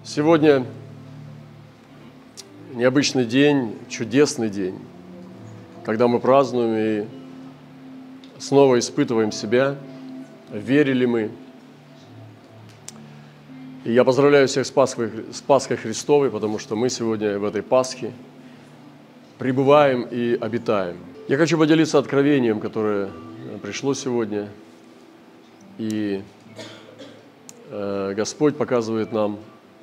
Сегодня необычный день, чудесный день, когда мы празднуем и снова испытываем себя, верили мы. И я поздравляю всех с Пасхой Христовой, потому что мы сегодня в этой Пасхе пребываем и обитаем. Я хочу поделиться откровением, которое пришло сегодня, и Господь показывает нам,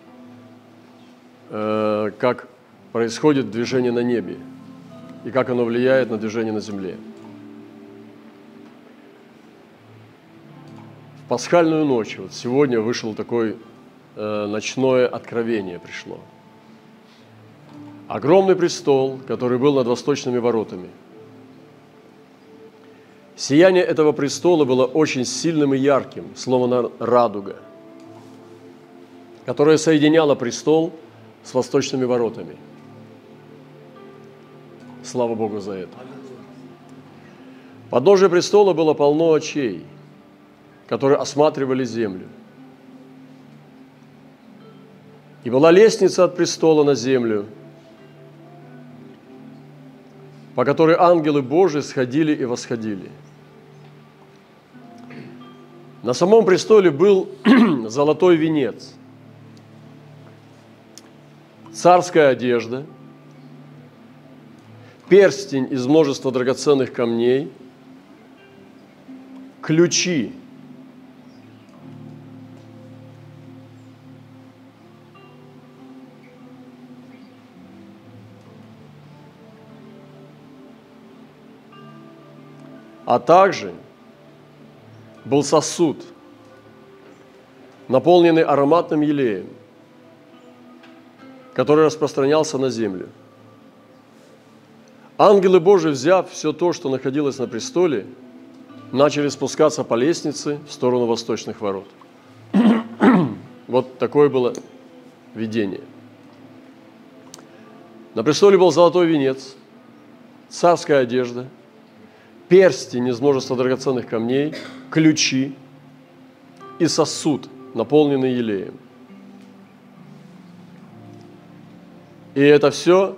как происходит движение на небе и как оно влияет на движение на земле. В пасхальную ночь, вот сегодня вышел такое ночное откровение пришло. Огромный престол, который был над восточными воротами. Сияние этого престола было очень сильным и ярким, словно радуга, которая соединяла престол с восточными воротами. Слава Богу за это. Подножие престола было полно очей, которые осматривали землю. И была лестница от престола на землю, по которой ангелы Божии сходили и восходили. На самом престоле был золотой венец, царская одежда, перстень из множества драгоценных камней, ключи, а также был сосуд, наполненный ароматным елеем, который распространялся на землю. Ангелы Божии, взяв все то, что находилось на престоле, начали спускаться по лестнице в сторону восточных ворот. Вот такое было видение. На престоле был золотой венец, царская одежда, перстень из множества драгоценных камней, ключи и сосуд, наполненный елеем. И это все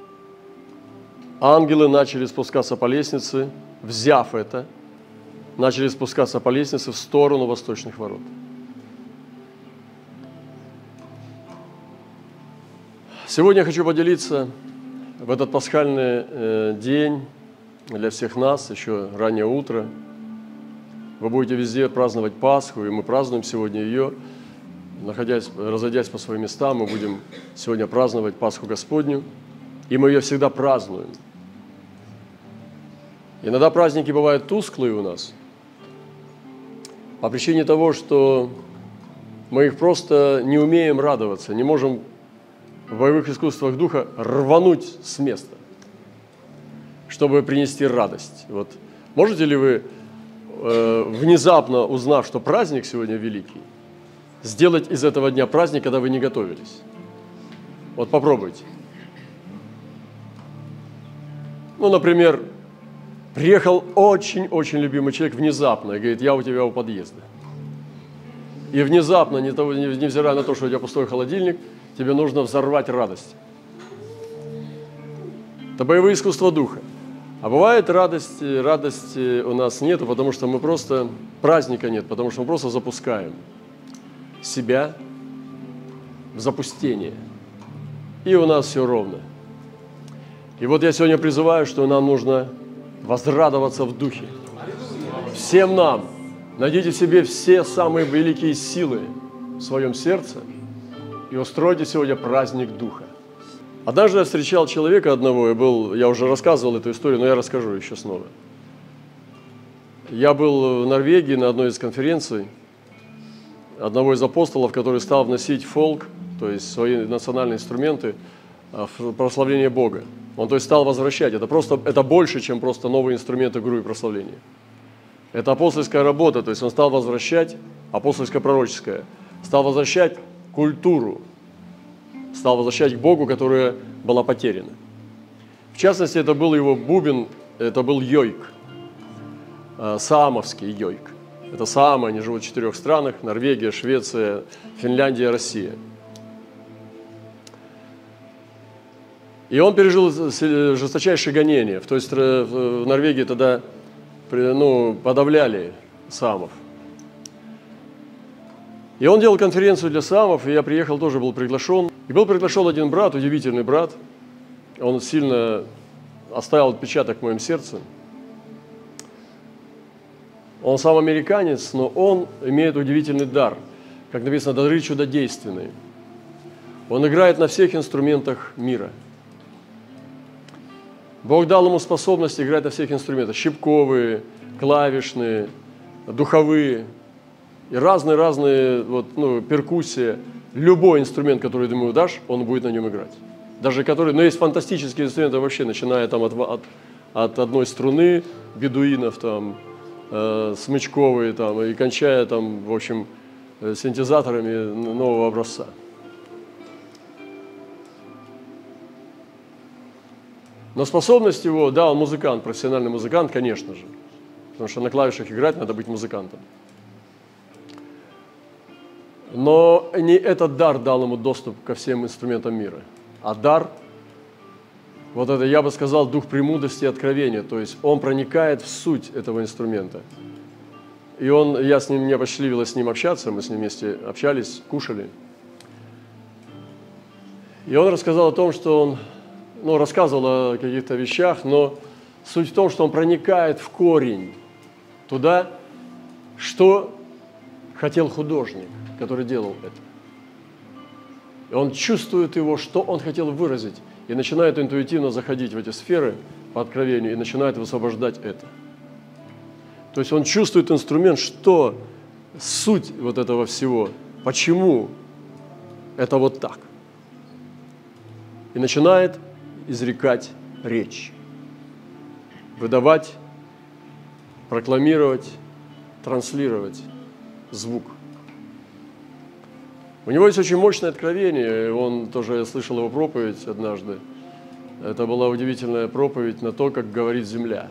ангелы начали спускаться по лестнице, взяв это, начали спускаться по лестнице в сторону восточных ворот. Сегодня я хочу поделиться в этот пасхальный день для всех нас, еще раннее утро. Вы будете везде праздновать Пасху, и мы празднуем сегодня ее. Разойдясь по своим местам, мы будем сегодня праздновать Пасху Господню, и мы ее всегда празднуем. Иногда праздники бывают тусклые у нас, по причине того, что мы их просто не умеем радоваться, не можем в боевых искусствах духа рвануть с места, чтобы принести радость. Вот. Можете ли вы, внезапно узнав, что праздник сегодня великий, сделать из этого дня праздник, когда вы не готовились? Вот попробуйте. Ну, например, приехал очень-очень любимый человек внезапно и говорит: я у тебя у подъезда. И внезапно, невзирая на то, что у тебя пустой холодильник, тебе нужно взорвать радость. Это боевые искусства духа. А бывает радости у нас нету, потому что мы просто, праздника нет, потому что мы просто запускаем себя в запустение. И у нас все ровно. И вот я сегодня призываю, что нам нужно возрадоваться в духе. Всем нам найдите в себе все самые великие силы в своем сердце и устройте сегодня праздник духа. Однажды я встречал человека одного, я уже рассказывал эту историю, но я расскажу еще снова. Я был в Норвегии на одной из конференций одного из апостолов, который стал вносить фолк, то есть свои национальные инструменты, в прославление Бога. Он, то есть, стал возвращать. Это больше, чем просто новые инструменты игры и прославления. Это апостольская работа, то есть он стал возвращать, апостольско-пророческая, стал возвращать культуру, стал возвращать к Богу, которая была потеряна. В частности, это был его бубен, это был йойк, саамовский йойк. Это Саамы, они живут в 4 странах: Норвегия, Швеция, Финляндия, Россия. И он пережил жесточайшее гонение. То есть в Норвегии тогда подавляли саамов. И он делал конференцию для саамов, и я приехал, тоже был приглашен. И был приглашен один брат, удивительный брат. Он сильно оставил отпечаток в моем сердце. Он сам американец, но он имеет удивительный дар. Как написано, дары чудодейственные. Он играет на всех инструментах мира. Бог дал ему способность играть на всех инструментах. Щипковые, клавишные, духовые. И разные перкуссия. Любой инструмент, который ты ему дашь, он будет на нем играть. Даже который, есть фантастические инструменты вообще, начиная там от одной струны, бедуинов, там, смычковые, там, и кончая там, в общем, синтезаторами нового образца. Но способность его, да, он музыкант, профессиональный музыкант, конечно же. Потому что на клавишах играть надо быть музыкантом. Но не этот дар дал ему доступ ко всем инструментам мира, а дар, вот это, я бы сказал, дух премудрости и откровения. То есть он проникает в суть этого инструмента. И я с ним, мне посчастливилось с ним общаться, мы с ним вместе общались, кушали. И он рассказал о том, что он, рассказывал о каких-то вещах, но суть в том, что он проникает в корень туда, что хотел художник, который делал это. И он чувствует его, что он хотел выразить, и начинает интуитивно заходить в эти сферы по откровению и начинает высвобождать это. То есть он чувствует инструмент, что суть вот этого всего, почему это вот так. И начинает изрекать речь, выдавать, прокламировать, транслировать звук. У него есть очень мощное откровение, я слышал его проповедь однажды. Это была удивительная проповедь на то, как говорит земля.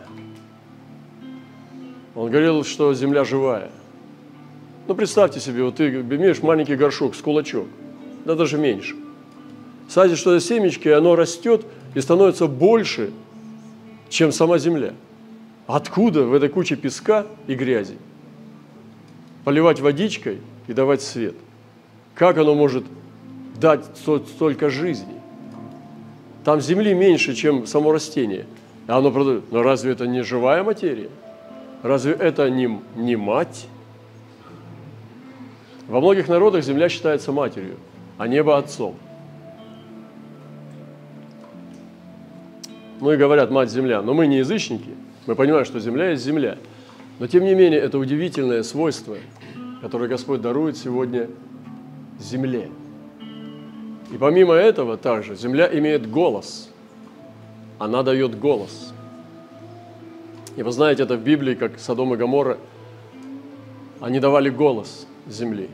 Он говорил, что земля живая. Представьте себе, вот ты имеешь маленький горшок с кулачок, да даже меньше. Садишь что-то семечки, и оно растет и становится больше, чем сама земля. Откуда в этой куче песка и грязи? Поливать водичкой и давать свет. Как оно может дать столько жизни? Там земли меньше, чем само растение. А оно продает. Но разве это не живая материя? Разве это не мать? Во многих народах земля считается матерью, а небо отцом. И говорят, мать земля. Но мы не язычники, мы понимаем, что земля есть земля. Но тем не менее, это удивительное свойство, которое Господь дарует сегодня земле. И помимо этого также земля имеет голос. Она дает голос. И вы знаете, это в Библии, как Содом и Гоморра, они давали голос земли.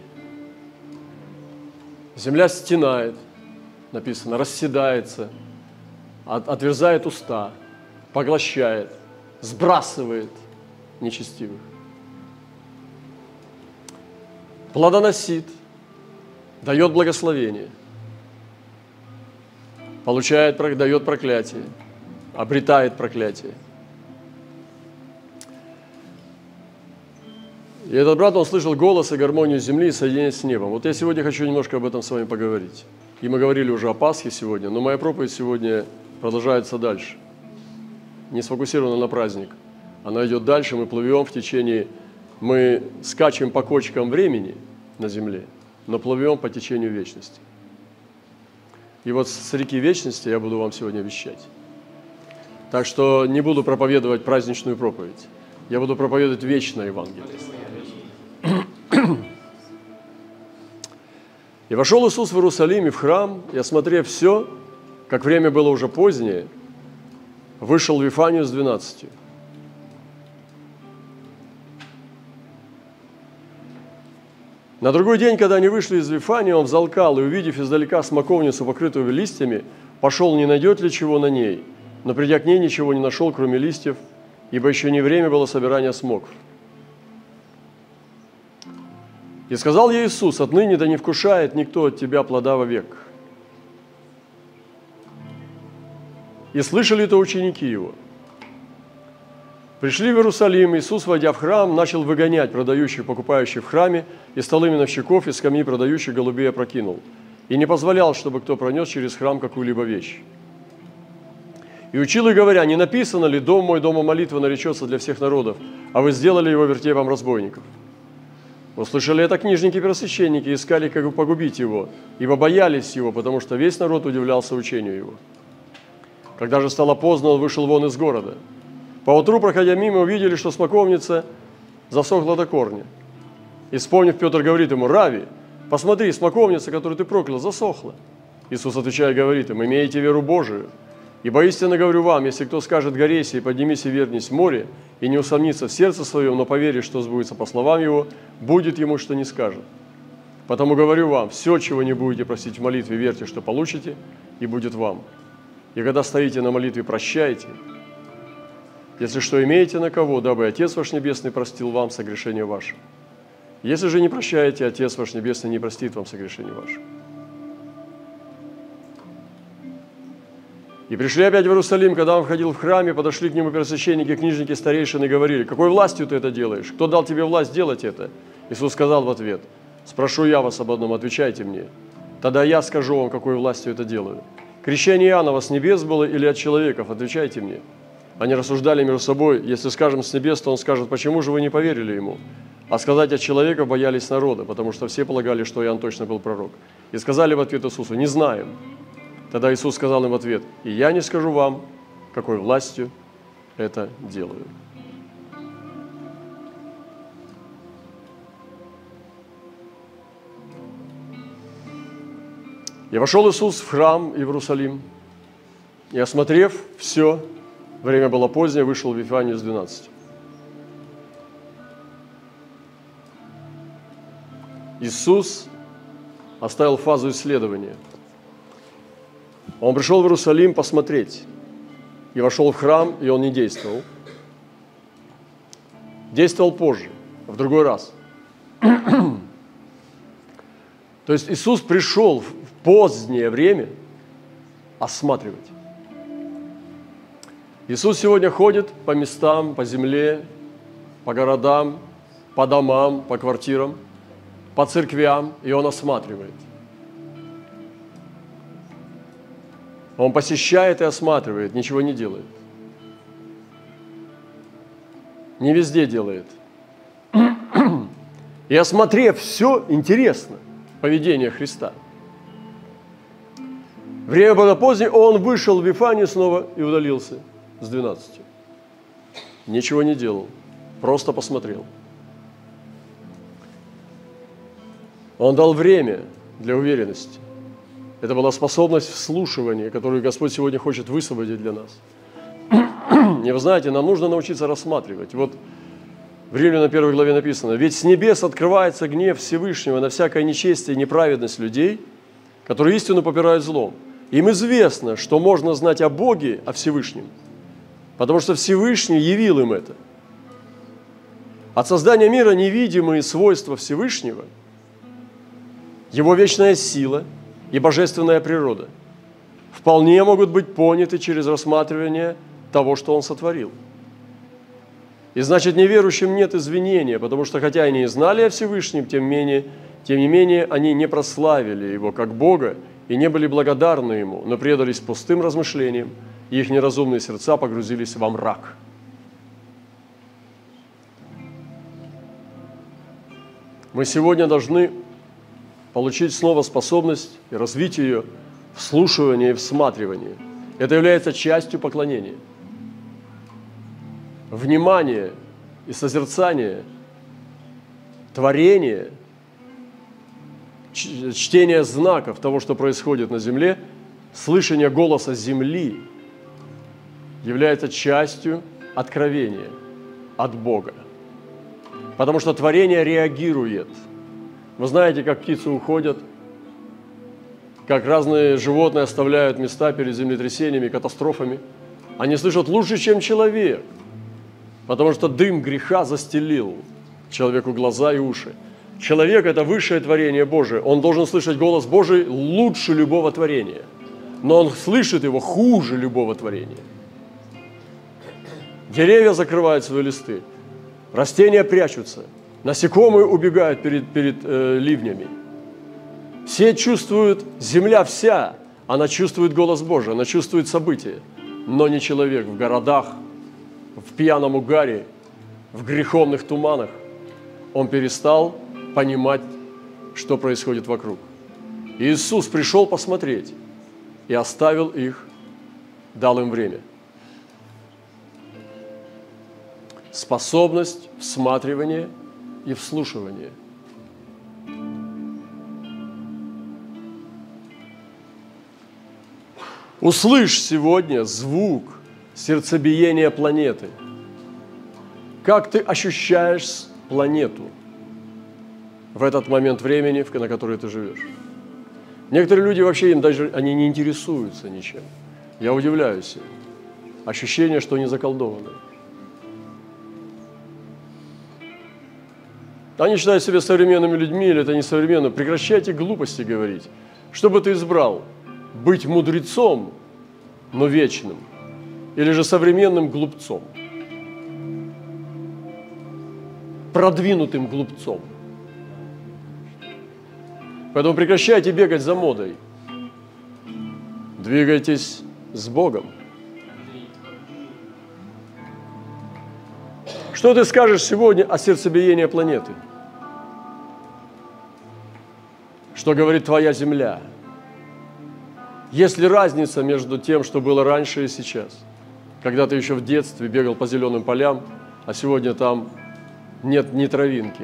Земля стенает, написано, расседается, отверзает уста, поглощает, сбрасывает нечестивых. Плодоносит, дает благословение, дает проклятие, обретает проклятие. И этот брат, он слышал голос и гармонию земли и соединение с небом. Вот я сегодня хочу немножко об этом с вами поговорить. И мы говорили уже о Пасхе сегодня, но моя проповедь сегодня продолжается дальше. Не сфокусирована на праздник. Она идет дальше, мы плывем мы скачем по кочкам времени на земле, но плывем по течению вечности. И вот с реки вечности я буду вам сегодня вещать. Так что не буду проповедовать праздничную проповедь. Я буду проповедовать вечное Евангелие. И вошел Иисус в Иерусалим и в храм, и, осмотрев все, как время было уже позднее, вышел в Вифанию с 12. На другой день, когда они вышли из Вифании, он взалкал и, увидев издалека смоковницу, покрытую листьями, пошел, не найдет ли чего на ней, но, придя к ней, ничего не нашел, кроме листьев, ибо еще не время было собирания смокв. И сказал ей Иисус: отныне да не вкушает никто от тебя плода вовек. И слышали это ученики Его. Пришли в Иерусалим, Иисус, войдя в храм, начал выгонять продающих, покупающих в храме, и столы миновщиков, и скамьи продающих голубей опрокинул. И не позволял, чтобы кто пронес через храм какую-либо вещь. И учил их, говоря: не написано ли: «Дом мой, дома молитвы наречется для всех народов, а вы сделали его вертепом разбойников». Услышали это книжники и первосвященники, искали, как бы погубить его, ибо боялись его, потому что весь народ удивлялся учению его. Когда же стало поздно, он вышел вон из города. Поутру, проходя мимо, увидели, что смоковница засохла до корня. И, вспомнив, Петр говорит ему: «Рави, посмотри, смоковница, которую ты проклял, засохла». Иисус, отвечая, говорит им: «Имейте веру Божию. Ибо истинно говорю вам, если кто скажет горе сей, поднимись и вернись в море, и не усомнится в сердце своем, но поверит, что сбудется по словам его, будет ему, что не скажет. Потому говорю вам, все, чего не будете просить в молитве, верьте, что получите, и будет вам. И когда стоите на молитве, прощайте, если что имеете на кого, дабы Отец ваш Небесный простил вам согрешения ваши. Если же не прощаете, Отец ваш Небесный не простит вам согрешения ваши». И пришли опять в Иерусалим, когда он входил в храме, подошли к нему первосвященники, книжники, старейшины и говорили: «Какой властью ты это делаешь? Кто дал тебе власть делать это?» Иисус сказал в ответ: «Спрошу я вас об одном, отвечайте мне. Тогда я скажу вам, какой властью это делаю. Крещение Иоаннова с небес было или от человеков? Отвечайте мне». Они рассуждали между собой: «Если скажем с небес, то он скажет: почему же вы не поверили ему? А сказать от человека боялись народа, потому что все полагали, что Иоанн точно был пророк. И сказали в ответ Иисусу: не знаем». Тогда Иисус сказал им в ответ: «И я не скажу вам, какой властью это делаю». И вошел Иисус в храм Иерусалим, и, осмотрев все, время было позднее, вышел в Вифанию с 12. Иисус оставил фазу исследования. Он пришел в Иерусалим посмотреть, и вошел в храм, и он не действовал. Действовал позже, в другой раз. То есть Иисус пришел в позднее время осматривать. Иисус сегодня ходит по местам, по земле, по городам, по домам, по квартирам, по церквям, и Он осматривает. Он посещает и осматривает, ничего не делает. Не везде делает. И осмотрев все, интересно, поведение Христа. Время было позднее, он вышел в Вифанию снова и удалился с 12. Ничего не делал, просто посмотрел. Он дал время для уверенности. Это была способность вслушивания, которую Господь сегодня хочет высвободить для нас. И вы знаете, нам нужно научиться рассматривать. Вот в Римлянам 1 главе написано: «Ведь с небес открывается гнев Всевышнего на всякое нечестие и неправедность людей, которые истину попирают злом. Им известно, что можно знать о Боге, о Всевышнем, потому что Всевышний явил им это. От создания мира невидимые свойства Всевышнего, Его вечная сила и божественная природа вполне могут быть поняты через рассматривание того, что Он сотворил. И значит, неверующим нет извинения, потому что хотя они и знали о Всевышнем, тем не менее они не прославили Его как Бога и не были благодарны Ему, но предались пустым размышлениям, и их неразумные сердца погрузились во мрак». Мы сегодня должны получить снова способность и развить ее в вслушивании и всматривании. Это является частью поклонения. Внимание и созерцание, творение, чтение знаков того, что происходит на земле, слышание голоса земли является частью откровения от Бога. Потому что творение реагирует. Вы знаете, как птицы уходят, как разные животные оставляют места перед землетрясениями, катастрофами. Они слышат лучше, чем человек, потому что дым греха застелил человеку глаза и уши. Человек – это высшее творение Божие. Он должен слышать голос Божий лучше любого творения. но он слышит его хуже любого творения. Деревья закрывают свои листы, растения прячутся, насекомые убегают перед ливнями. Все чувствуют, земля вся, она чувствует голос Божий, она чувствует события, но не человек в городах, в пьяном угаре, в греховных туманах. Он перестал понимать, что происходит вокруг. Иисус пришел посмотреть и оставил их, дал им время. Способность всматривания и вслушивания. Услышь сегодня звук сердцебиения планеты. Как ты ощущаешь планету в этот момент времени, на который ты живешь? Некоторые люди вообще они не интересуются ничем. Я удивляюсь им. Ощущение, что они заколдованы. Они считают себя современными людьми, или это не современно. Прекращайте глупости говорить. Что бы ты избрал? Быть мудрецом, но вечным, или же современным глупцом, продвинутым глупцом. Поэтому прекращайте бегать за модой. Двигайтесь с Богом. Что ты скажешь сегодня о сердцебиении планеты? Что говорит твоя Земля? Есть ли разница между тем, что было раньше и сейчас? Когда ты еще в детстве бегал по зеленым полям, а сегодня там нет ни травинки.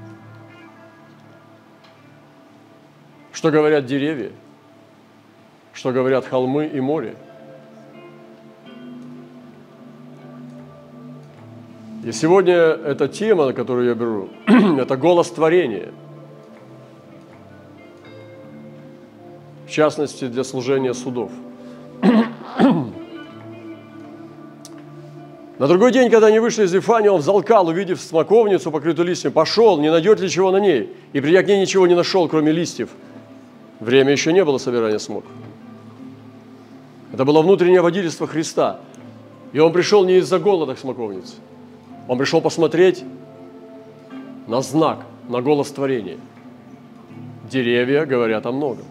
Что говорят деревья? Что говорят холмы и море? И сегодня эта тема, которую я беру, это голос творения. В частности, для служения судов. На другой день, когда они вышли из Вифании, он взалкал, увидев смоковницу, покрытую листьями, пошел, не найдет ли чего на ней. И придя к ней, ничего не нашел, кроме листьев. Время еще не было собирания смок. Это было внутреннее водительство Христа. И он пришел не из-за голода к смоковнице. Он пришел посмотреть на знак, на голос творения. Деревья говорят о многом.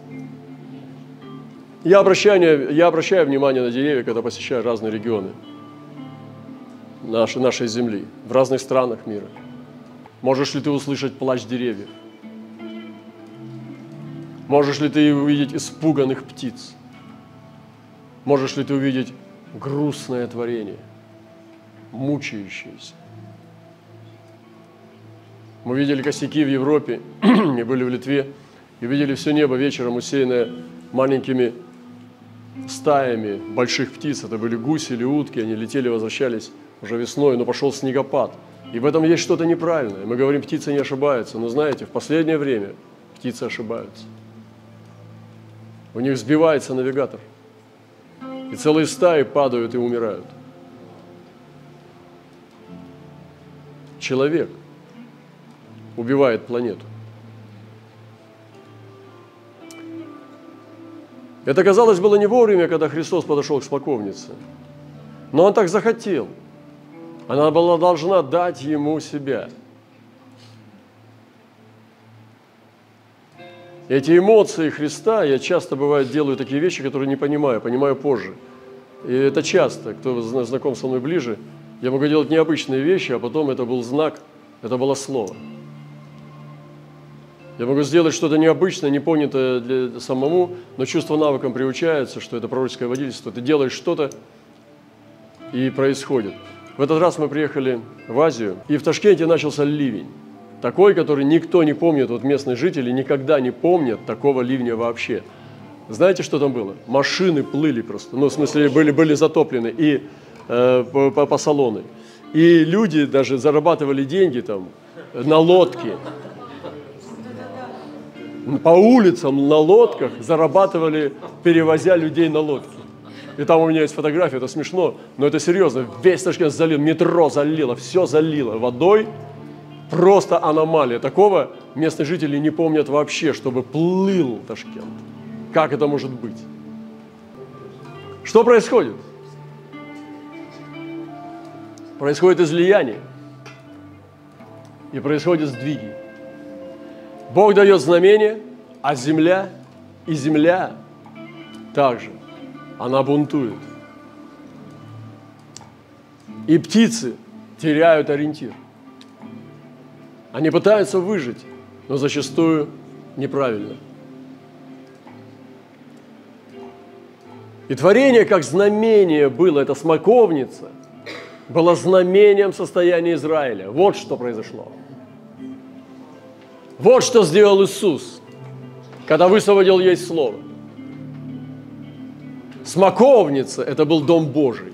Я обращаю внимание на деревья, когда посещаю разные регионы нашей земли, в разных странах мира. Можешь ли ты услышать плач деревьев? Можешь ли ты увидеть испуганных птиц? Можешь ли ты увидеть грустное творение, мучающееся? Мы видели косяки в Европе, мы были в Литве, и видели все небо вечером усеянное маленькими стаями больших птиц. Это были гуси или утки, они летели, возвращались уже весной, но пошел снегопад. И в этом есть что-то неправильное. Мы говорим, птицы не ошибаются, но знаете, в последнее время птицы ошибаются. У них сбивается навигатор, и целые стаи падают и умирают. Человек убивает планету. Это, казалось, было не вовремя, когда Христос подошел к смоковнице. Но Он так захотел. Она была должна дать Ему себя. Эти эмоции Христа, я часто, бывает, делаю такие вещи, которые не понимаю позже. И это часто, кто знаком со мной ближе, я могу делать необычные вещи, а потом это был знак, это было слово. Я могу сделать что-то необычное, непонятое для самому, но чувство навыком приучается, что это пророческое водительство. Ты делаешь что-то, и происходит. В этот раз мы приехали в Азию, и в Ташкенте начался ливень. Такой, который никто не помнит, вот местные жители никогда не помнят такого ливня вообще. Знаете, что там было? Машины плыли просто, ну, в смысле, были затоплены и по салону. И люди даже зарабатывали деньги там на лодке. По улицам на лодках зарабатывали, перевозя людей на лодке. И там у меня есть фотография, это смешно, но это серьезно. Весь Ташкент залил, метро залило, все залило водой. Просто аномалия. Такого местные жители не помнят вообще, чтобы плыл Ташкент. Как это может быть? Что происходит? Происходит излияние. И происходят сдвиги. Бог дает знамение, а земля также, она бунтует. И птицы теряют ориентир. Они пытаются выжить, но зачастую неправильно. И творение, как знамение было, это смоковница, было знамением состояния Израиля. Вот что произошло. Вот что сделал Иисус, когда высвободил есть Слово. Смоковница – это был Дом Божий.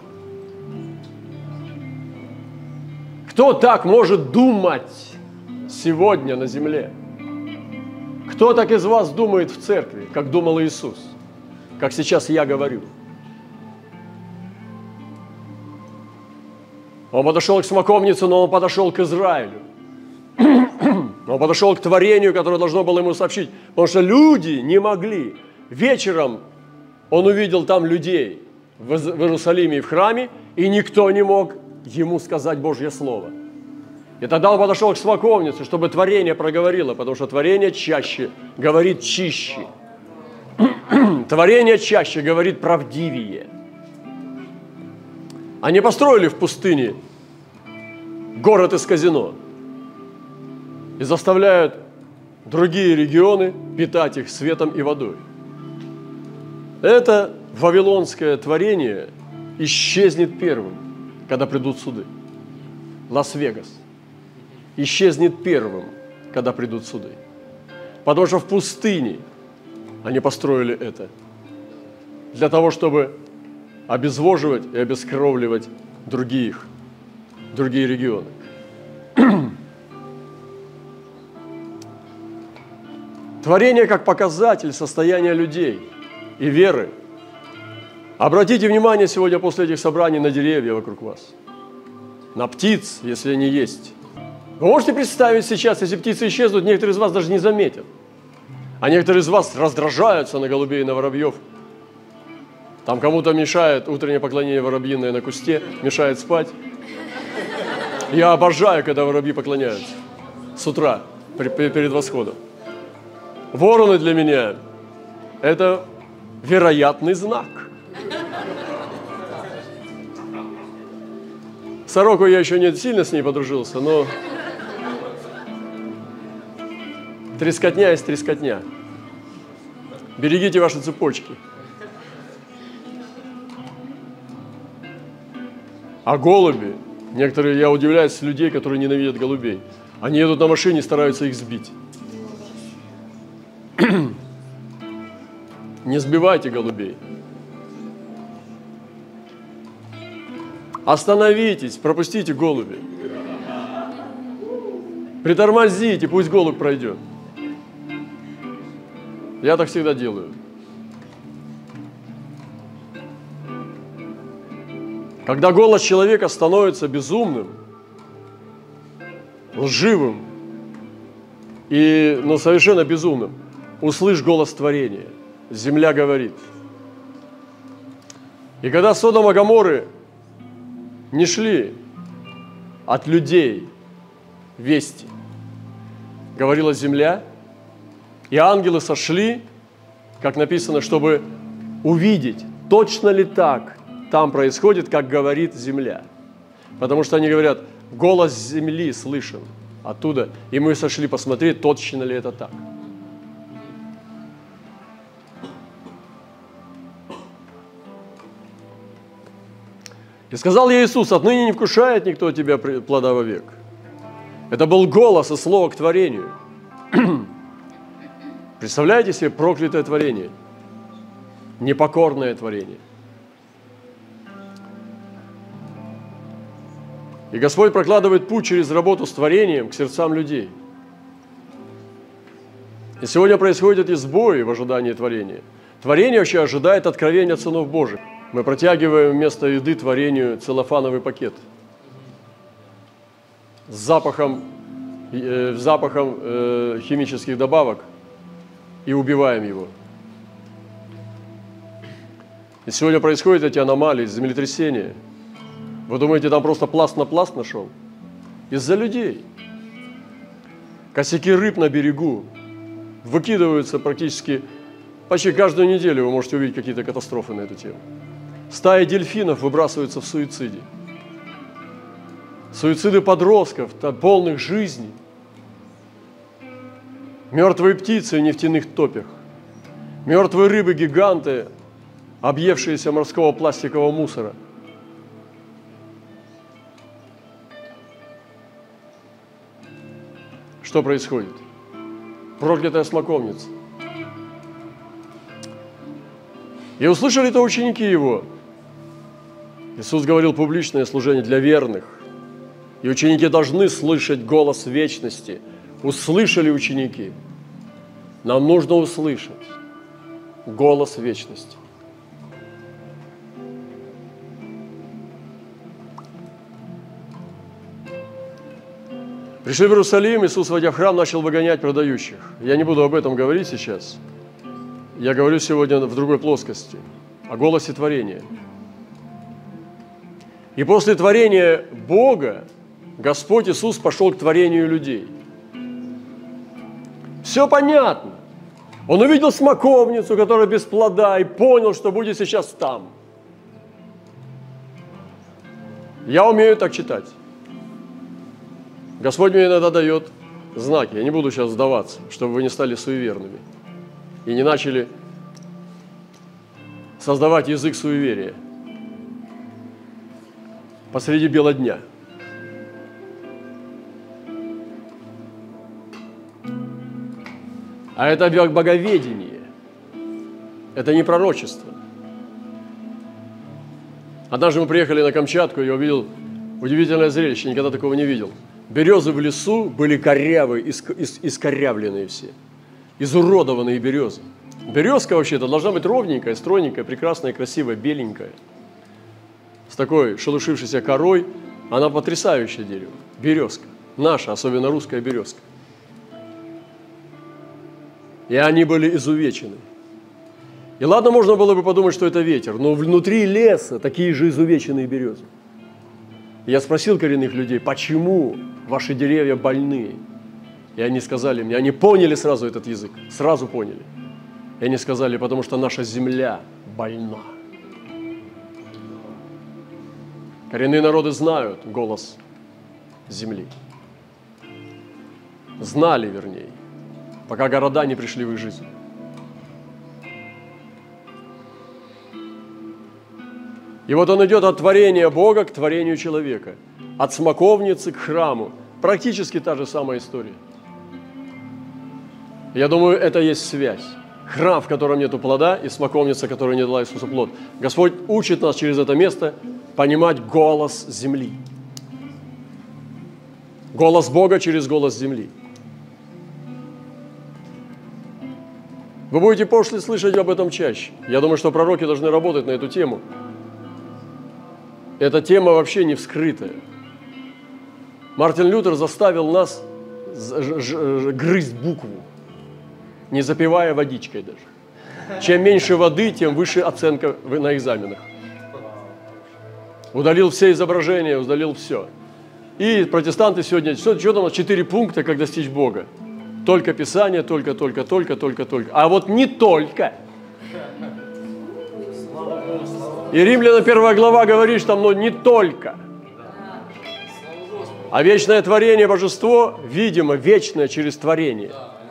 Кто так может думать сегодня на земле? Кто так из вас думает в церкви, как думал Иисус? Как сейчас я говорю. Он подошел к смоковнице, но он подошел к Израилю. Он подошел к творению, которое должно было ему сообщить. Потому что люди не могли. Вечером он увидел там людей в Иерусалиме и в храме, и никто не мог ему сказать Божье Слово. И тогда он подошел к смоковнице, чтобы творение проговорило, потому что творение чаще говорит чище. Творение чаще говорит правдивее. Они построили в пустыне город из казино и заставляют другие регионы питать их светом и водой. Это вавилонское творение исчезнет первым, когда придут суды. Лас-Вегас исчезнет первым, когда придут суды. Потому что в пустыне они построили это для того, чтобы обезвоживать и обескровливать другие регионы. Творение как показатель состояния людей и веры. Обратите внимание сегодня после этих собраний на деревья вокруг вас, на птиц, если они есть. Вы можете представить сейчас, если птицы исчезнут, некоторые из вас даже не заметят. А некоторые из вас раздражаются на голубей и на воробьев. Там кому-то мешает утреннее поклонение воробьиное на кусте, мешает спать. Я обожаю, когда воробьи поклоняются с утра, перед восходом. Вороны для меня – это вероятный знак. Сороку я еще не сильно с ней подружился, но трескотня есть трескотня. Берегите ваши цепочки. А голуби, некоторые, я удивляюсь, людей, которые ненавидят голубей. Они едут на машине и стараются их сбить. Не сбивайте голубей. Остановитесь, пропустите голубя. Притормозите, пусть голубь пройдет. Я так всегда делаю. Когда голос человека становится безумным, лживым и, совершенно безумным, услышь голос творения. Земля говорит. И когда Содом и Гоморры не шли от людей вести, говорила земля, и ангелы сошли, как написано, чтобы увидеть, точно ли так там происходит, как говорит земля. Потому что они говорят, голос земли слышен оттуда, и мы сошли посмотреть, точно ли это так. И сказал ей Иисус, отныне не вкушает никто от тебя плода вовек. Это был голос и слово к творению. Представляете себе проклятое творение, непокорное творение. И Господь прокладывает путь через работу с творением к сердцам людей. И сегодня происходят и сбои в ожидании творения. Творение вообще ожидает откровения от сынов Божьих. Мы протягиваем вместо еды творению целлофановый пакет с запахом химических добавок и убиваем его. И сегодня происходят эти аномалии, землетрясения. Вы думаете, там просто пласт на пласт нашел? Из-за людей. Косяки рыб на берегу выкидываются практически почти каждую неделю. Вы можете увидеть какие-то катастрофы на эту тему. Стаи дельфинов выбрасываются в суициде. Суициды подростков, полных жизней. Мертвые птицы в нефтяных топях. Мертвые рыбы-гиганты, объевшиеся морского пластикового мусора. Что происходит? Проклятая смоковница. И услышали это ученики Его. Иисус говорил публичное служение для верных. И ученики должны слышать голос вечности. Услышали ученики. Нам нужно услышать голос вечности. Пришли в Иерусалим, Иисус, войдя в храм, начал выгонять продающих. Я не буду об этом говорить сейчас. Я говорю сегодня в другой плоскости, о голосе творения. И после творения Бога Господь Иисус пошел к творению людей. Все понятно. Он увидел смоковницу, которая без плода, и понял, что будет сейчас там. Я умею так читать. Господь мне иногда дает знаки. Я не буду сейчас сдаваться, чтобы вы не стали суеверными и не начали создавать язык суеверия посреди бела дня. А это боговедение. Это не пророчество. Однажды мы приехали на Камчатку, и я увидел удивительное зрелище, никогда такого не видел. Березы в лесу были корявые, искорявленные все. Изуродованные березы. Березка вообще-то должна быть ровненькая, стройненькая, прекрасная, красивая, беленькая. С такой шелушившейся корой. Она потрясающее дерево. Березка. Наша, особенно русская березка. И они были изувечены. И ладно, можно было бы подумать, что это ветер, но внутри леса такие же изувеченные березы. Я спросил коренных людей, почему ваши деревья больные? И они сказали мне, они поняли сразу этот язык, сразу поняли. И они сказали, потому что наша земля больна. Коренные народы знают голос земли. Знали, вернее, пока города не пришли в их жизнь. И вот он идет от творения Бога к творению человека. От смоковницы к храму. Практически та же самая история. Я думаю, это есть связь. Храм, в котором нету плода, и смоковница, которая не дала Иисусу плод. Господь учит нас через это место понимать голос земли. Голос Бога через голос земли. Вы будете после слышать об этом чаще. Я думаю, что пророки должны работать на эту тему. Эта тема вообще не вскрытая. Мартин Лютер заставил нас грызть букву, не запивая водичкой даже. Чем меньше воды, тем выше оценка на экзаменах. Удалил все изображения, удалил все. И протестанты сегодня, что там у нас 4 пункта, как достичь Бога. Только Писание, только. А вот не только. И Римлянам 1 глава говорит, что там, не только. А вечное творение, божество, видимо, вечное через творение.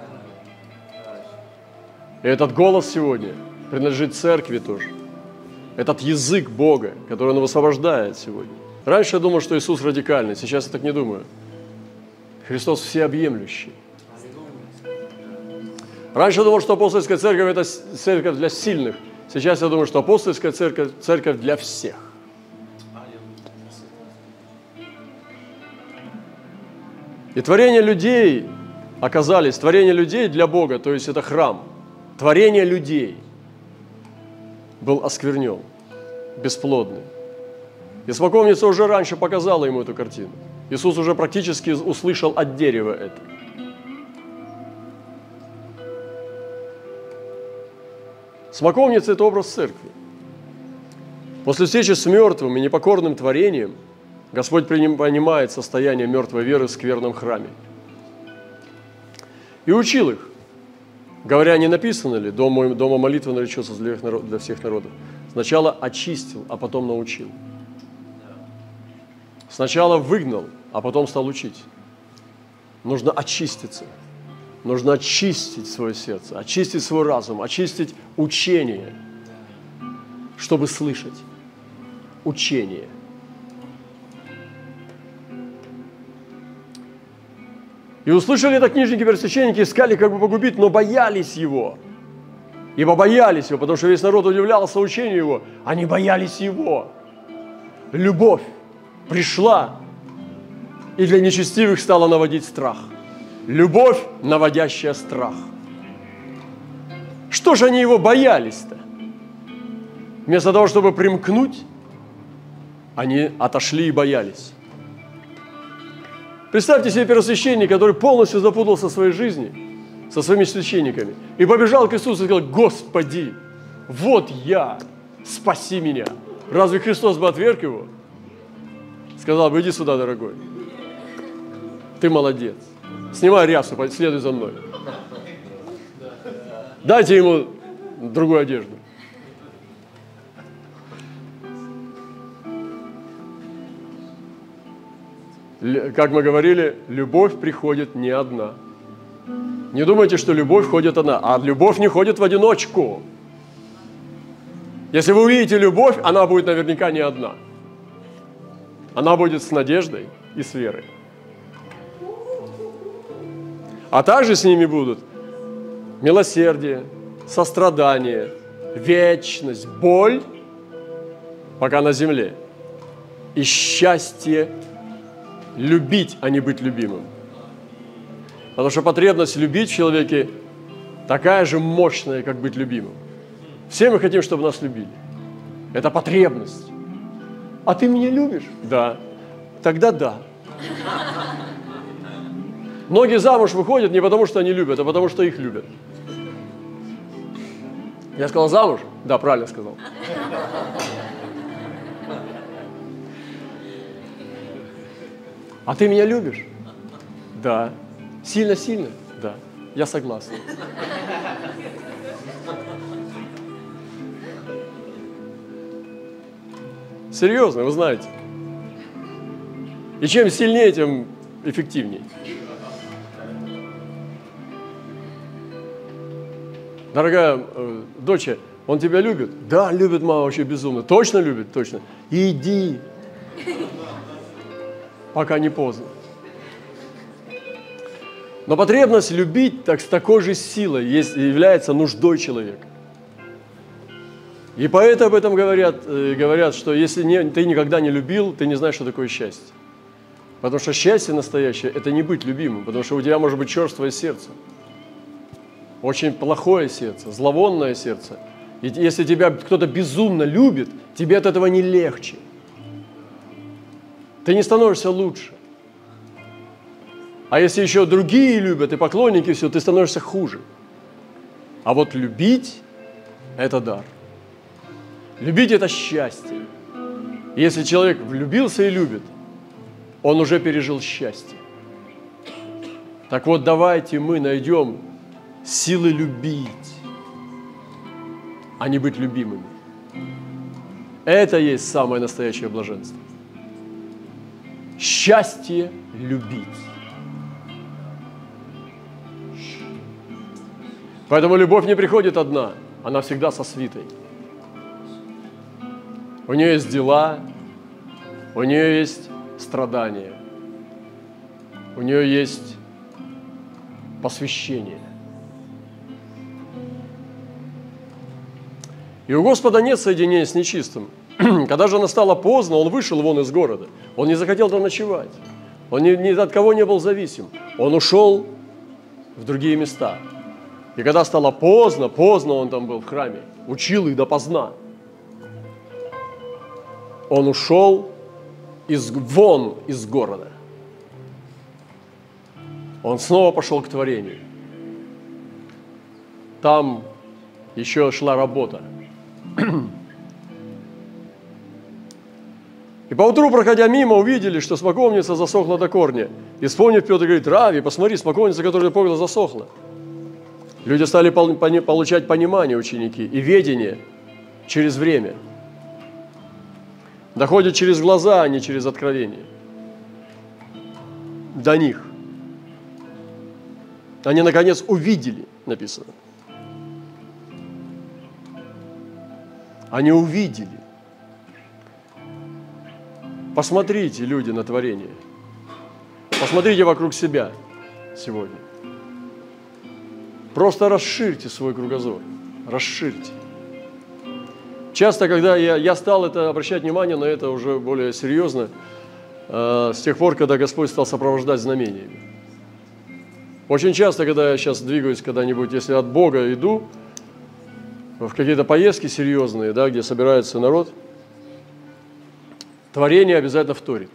И этот голос сегодня принадлежит церкви тоже. Этот язык Бога, который Он высвобождает сегодня. Раньше я думал, что Иисус радикальный, сейчас я так не думаю. Христос всеобъемлющий. Раньше я думал, что апостольская церковь – это церковь для сильных. Сейчас я думаю, что апостольская церковь – церковь для всех. И творение людей оказались, творение людей для Бога, то есть это храм. Творение людей был осквернен, бесплодный. И смоковница уже раньше показала ему эту картину. Иисус уже практически услышал от дерева это. Смоковница – это образ церкви. После встречи с мертвым и непокорным творением Господь понимает состояние мертвой веры в скверном храме. И учил их, говоря, не написано ли, дома молитвы наречется для всех народов. Сначала очистил, а потом научил. Сначала выгнал, а потом стал учить. Нужно очиститься. Нужно очистить свое сердце, очистить свой разум, очистить учение, чтобы слышать учение. И услышали это книжники и первосвященники, искали как бы погубить, но боялись его. Ибо боялись его, потому что весь народ удивлялся учению его. Они боялись его. Любовь пришла и для нечестивых стала наводить страх. Любовь, наводящая страх. Что же они его боялись-то? Вместо того, чтобы примкнуть, они отошли и боялись. Представьте себе первосвященника, который полностью запутался в своей жизни, со своими священниками, и побежал к Иисусу и сказал: «Господи, вот я, спаси меня». Разве Христос бы отверг его? Сказал бы: «Иди сюда, дорогой, ты молодец, снимай рясу, следуй за мной». Дайте ему другую одежду. Как мы говорили, любовь приходит не одна. Не думайте, что любовь ходит одна, а любовь не ходит в одиночку. Если вы увидите любовь, она будет наверняка не одна. Она будет с надеждой и с верой. А также с ними будут милосердие, сострадание, вечность, боль, пока на земле, и счастье любить, а не быть любимым. Потому что потребность любить в человеке такая же мощная, как быть любимым. Все мы хотим, чтобы нас любили. Это потребность. А ты меня любишь? Да. Тогда да. Многие замуж выходят не потому, что они любят, а потому, что их любят. Я сказал замуж? Да, правильно сказал. А ты меня любишь? Да. Сильно-сильно? Да. Я согласен. Серьезно, вы знаете. И чем сильнее, тем эффективнее. Дорогая доча, он тебя любит? Да, любит, мама, вообще безумно. Точно любит? Точно. Иди. Пока не поздно. Но потребность любить так, с такой же силой является нуждой человека. И поэты об этом говорят, что если ты никогда не любил, ты не знаешь, что такое счастье. Потому что счастье настоящее – это не быть любимым, потому что у тебя может быть черствое сердце, очень плохое сердце, зловонное сердце. И если тебя кто-то безумно любит, тебе от этого не легче. Ты не становишься лучше. А если еще другие любят, и поклонники, все, ты становишься хуже. А вот любить – это дар. Любить – это счастье. И если человек влюбился и любит, он уже пережил счастье. Так вот, давайте мы найдем силы любить, а не быть любимыми. Это есть самое настоящее блаженство. Счастье любить. Поэтому любовь не приходит одна, она всегда со свитой. У нее есть дела, у нее есть страдания, у нее есть посвящение. И у Господа нет соединения с нечистым. Когда же настало поздно, Он вышел вон из города. Он не захотел там ночевать. Он ни от кого не был зависим. Он ушел в другие места. И когда стало поздно Он там был в храме, учил их допоздна. Он ушел вон из города. Он снова пошел к творению. Там еще шла работа. И поутру, проходя мимо, увидели, что смоковница засохла до корня. И вспомнив, Петр говорит: Рави, посмотри, смоковница, которая погла, засохла. Люди стали получать понимание, ученики, и ведение через время. Доходит через глаза, а не через откровение. До них. Они, наконец, увидели, написано. Они увидели. Посмотрите, люди, на творение. Посмотрите вокруг себя сегодня. Просто расширьте свой кругозор. Расширьте. Часто, когда я стал обращать внимание на это уже более серьезно, с тех пор, когда Господь стал сопровождать знамениями. Очень часто, когда я сейчас двигаюсь когда-нибудь, если от Бога иду, в какие-то поездки серьезные, да, где собирается народ, творение обязательно вторит.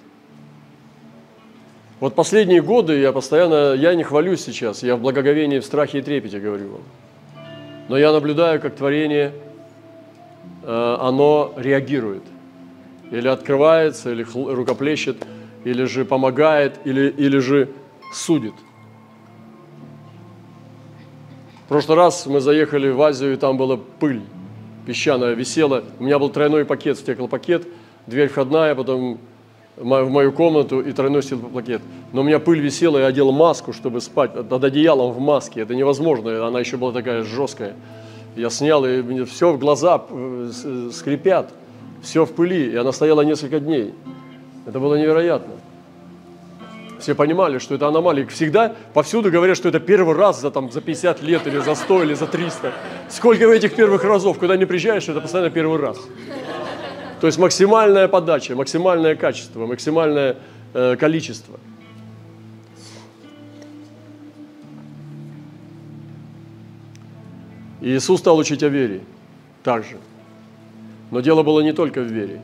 Вот последние годы я не хвалюсь сейчас, я в благоговении, в страхе и трепете говорю вам. Но я наблюдаю, как творение, оно реагирует. Или открывается, или рукоплещет, или же помогает, или же судит. В прошлый раз мы заехали в Азию, и там была пыль песчаная, висела. У меня был тройной пакет, стеклопакет, дверь входная, потом в мою комнату и тройной стеклопакет. Но у меня пыль висела, я одел маску, чтобы спать под одеялом в маске. Это невозможно, она еще была такая жесткая. Я снял, и мне все в глаза скрипят, все в пыли, и она стояла несколько дней. Это было невероятно. Все понимали, что это аномалия. Всегда, повсюду говорят, что это первый раз за 50 лет, или за 100, или за 300. Сколько этих первых разов, куда не приезжаешь, это постоянно первый раз. То есть максимальная подача, максимальное качество, максимальное количество. И Иисус стал учить о вере также. Но дело было не только в вере.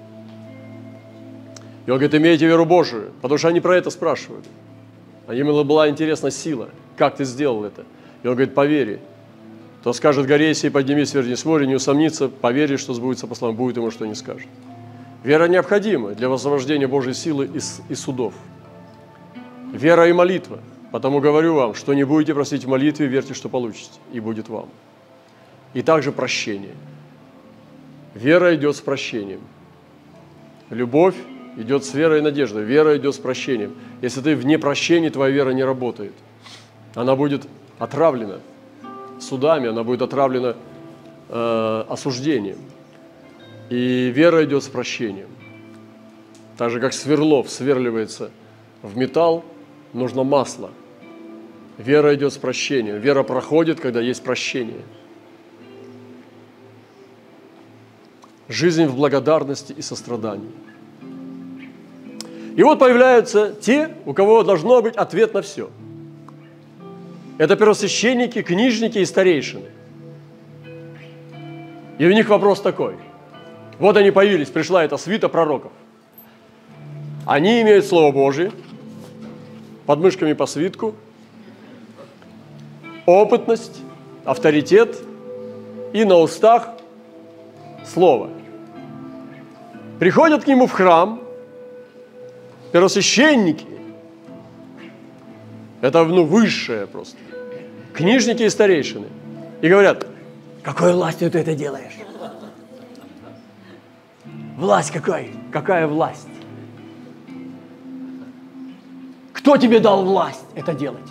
И он говорит: имейте веру Божию, потому что они про это спрашивают. А им была интересна сила, как ты сделал это. И он говорит: по вере. То скажет горе сей, поднимись, вернись в море, не усомнится, по вере, что сбудется по словам, будет ему, что не скажет. Вера необходима для освобождения Божьей силы и судов. Вера и молитва. Потому говорю вам, что не будете просить в молитве, верьте, что получите, и будет вам. И также прощение. Вера идет с прощением. Любовь идет с верой и надеждой. Вера идет с прощением. Если ты вне прощения, твоя вера не работает. Она будет отравлена судами, она будет отравлена осуждением. И вера идет с прощением. Так же, как сверло сверливается в металл, нужно масло. Вера идет с прощением. Вера проходит, когда есть прощение. Жизнь в благодарности и сострадании. И вот появляются те, у кого должно быть ответ на все. Это первосвященники, книжники и старейшины. И у них вопрос такой. Вот они появились, пришла эта свита пророков. Они имеют Слово Божие, под мышками по свитку, опытность, авторитет и на устах Слово. Приходят к нему в храм первосвященники, это высшее просто, книжники и старейшины, и говорят: какой властью ты это делаешь? Власть какая? Какая власть? Кто тебе дал власть это делать?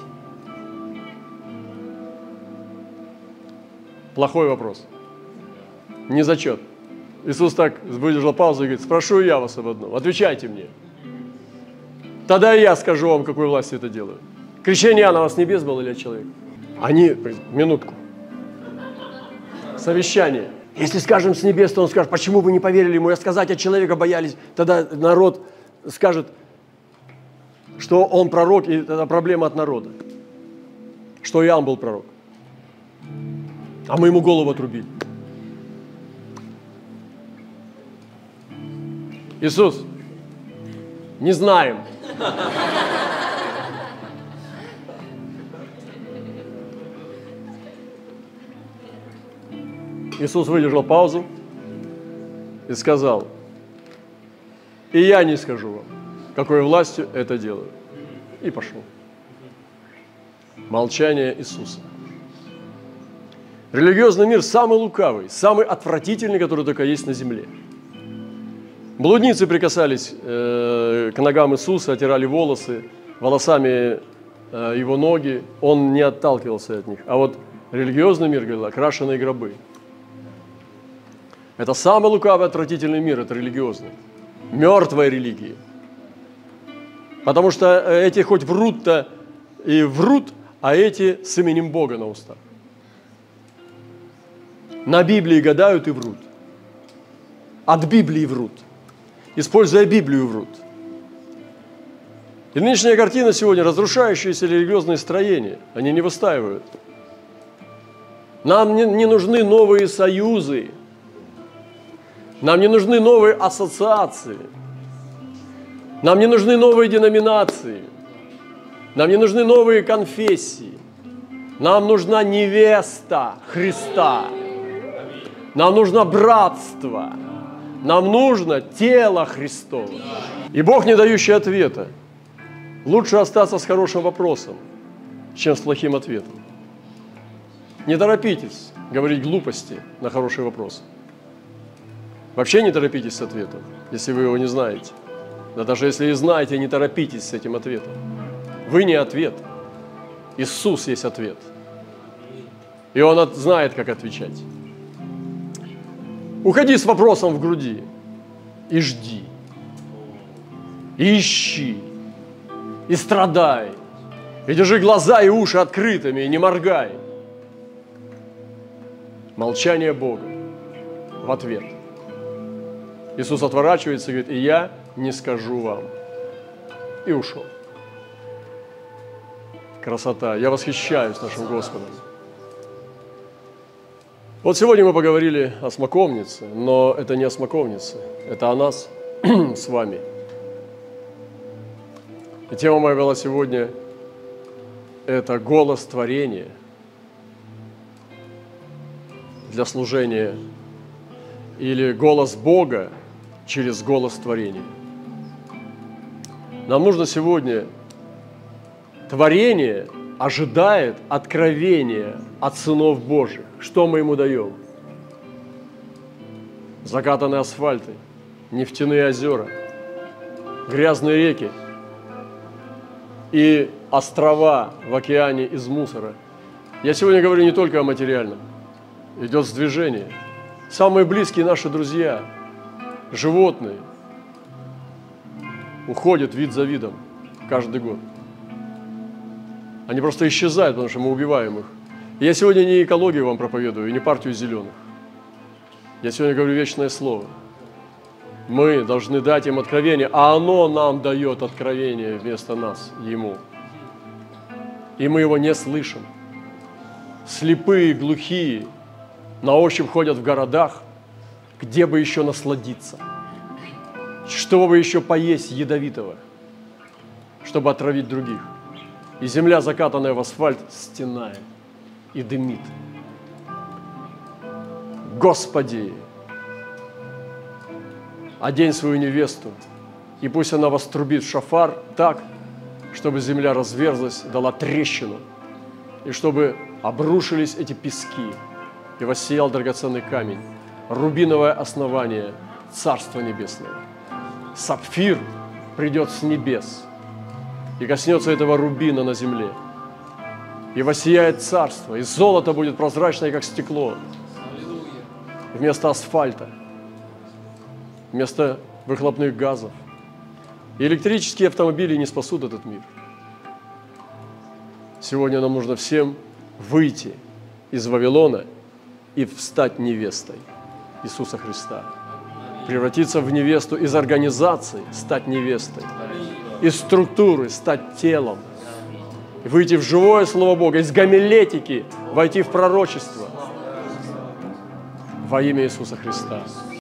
Плохой вопрос. Не зачет. Иисус так выдержал паузу и говорит: спрошу я вас об одном, отвечайте мне. Тогда и я скажу вам, какой властью это делаю. Крещение Иоанна у вас с небес было или от человека? Они, минутку, совещание. Если скажем с небес, то он скажет: почему вы не поверили ему? Я сказать от человека боялись. Тогда народ скажет, что он пророк, и это проблема от народа. Что Иоанн был пророк. А мы ему голову отрубили. Иисус, не знаем. Иисус выдержал паузу и сказал: и я не скажу вам, какой властью это делаю. И пошел. Молчание Иисуса. Религиозный мир самый лукавый, самый отвратительный, который только есть на земле. Блудницы прикасались к ногам Иисуса, оттирали волосами его ноги, он не отталкивался от них. А вот религиозный мир, говорил, окрашенные гробы. Это самый лукавый, отвратительный мир, это религиозный. Мертвая религия. Потому что эти хоть врут-то и врут, а эти с именем Бога на устах. На Библии гадают и врут. От Библии врут. Используя Библию, врут. И нынешняя картина сегодня – разрушающиеся религиозные строения. Они не выстаивают. Нам не нужны новые союзы. Нам не нужны новые ассоциации. Нам не нужны новые деноминации. Нам не нужны новые конфессии. Нам нужна невеста Христа. Нам нужно братство. Нам нужно тело Христово. И Бог, не дающий ответа. Лучше остаться с хорошим вопросом, чем с плохим ответом. Не торопитесь говорить глупости на хороший вопрос. Вообще не торопитесь с ответом, если вы его не знаете. Да даже если и знаете, не торопитесь с этим ответом. Вы не ответ. Иисус есть ответ. И Он знает, как отвечать. Уходи с вопросом в груди и жди, и ищи, и страдай, и держи глаза и уши открытыми, и не моргай. Молчание Бога в ответ. Иисус отворачивается и говорит: и я не скажу вам. И ушел. Красота. Я восхищаюсь нашим Господом. Вот сегодня мы поговорили о смоковнице, но это не о смоковнице, это о нас с вами. И тема моя была сегодня – это голос творения для служения или голос Бога через голос творения. Нам нужно сегодня, творение ожидает откровения от сынов Божьих. Что мы ему даем? Закатанные асфальты, нефтяные озера, грязные реки и острова в океане из мусора. Я сегодня говорю не только о материальном. Идет сдвижение. Самые близкие наши друзья, животные, уходят вид за видом каждый год. Они просто исчезают, потому что мы убиваем их. И я сегодня не экологию вам проповедую, и не партию зеленых. Я сегодня говорю вечное слово. Мы должны дать им откровение, а оно нам дает откровение вместо нас, ему. И мы его не слышим. Слепые, глухие, на ощупь ходят в городах, где бы еще насладиться, чтобы бы еще поесть ядовитого, чтобы отравить других. И земля, закатанная в асфальт, стенает и дымит. Господи, одень свою невесту, и пусть она вострубит в шафар так, чтобы земля разверзлась, дала трещину, и чтобы обрушились эти пески, и воссиял драгоценный камень, рубиновое основание Царства Небесного. Сапфир придет с небес и коснется этого рубина на земле, и воссияет царство, и золото будет прозрачное, как стекло, вместо асфальта, вместо выхлопных газов. И электрические автомобили не спасут этот мир. Сегодня нам нужно всем выйти из Вавилона и стать невестой Иисуса Христа. Превратиться в невесту из организации, стать невестой. Из структуры стать телом. Выйти в живое Слово Бога, из гомилетики войти в пророчество во имя Иисуса Христа.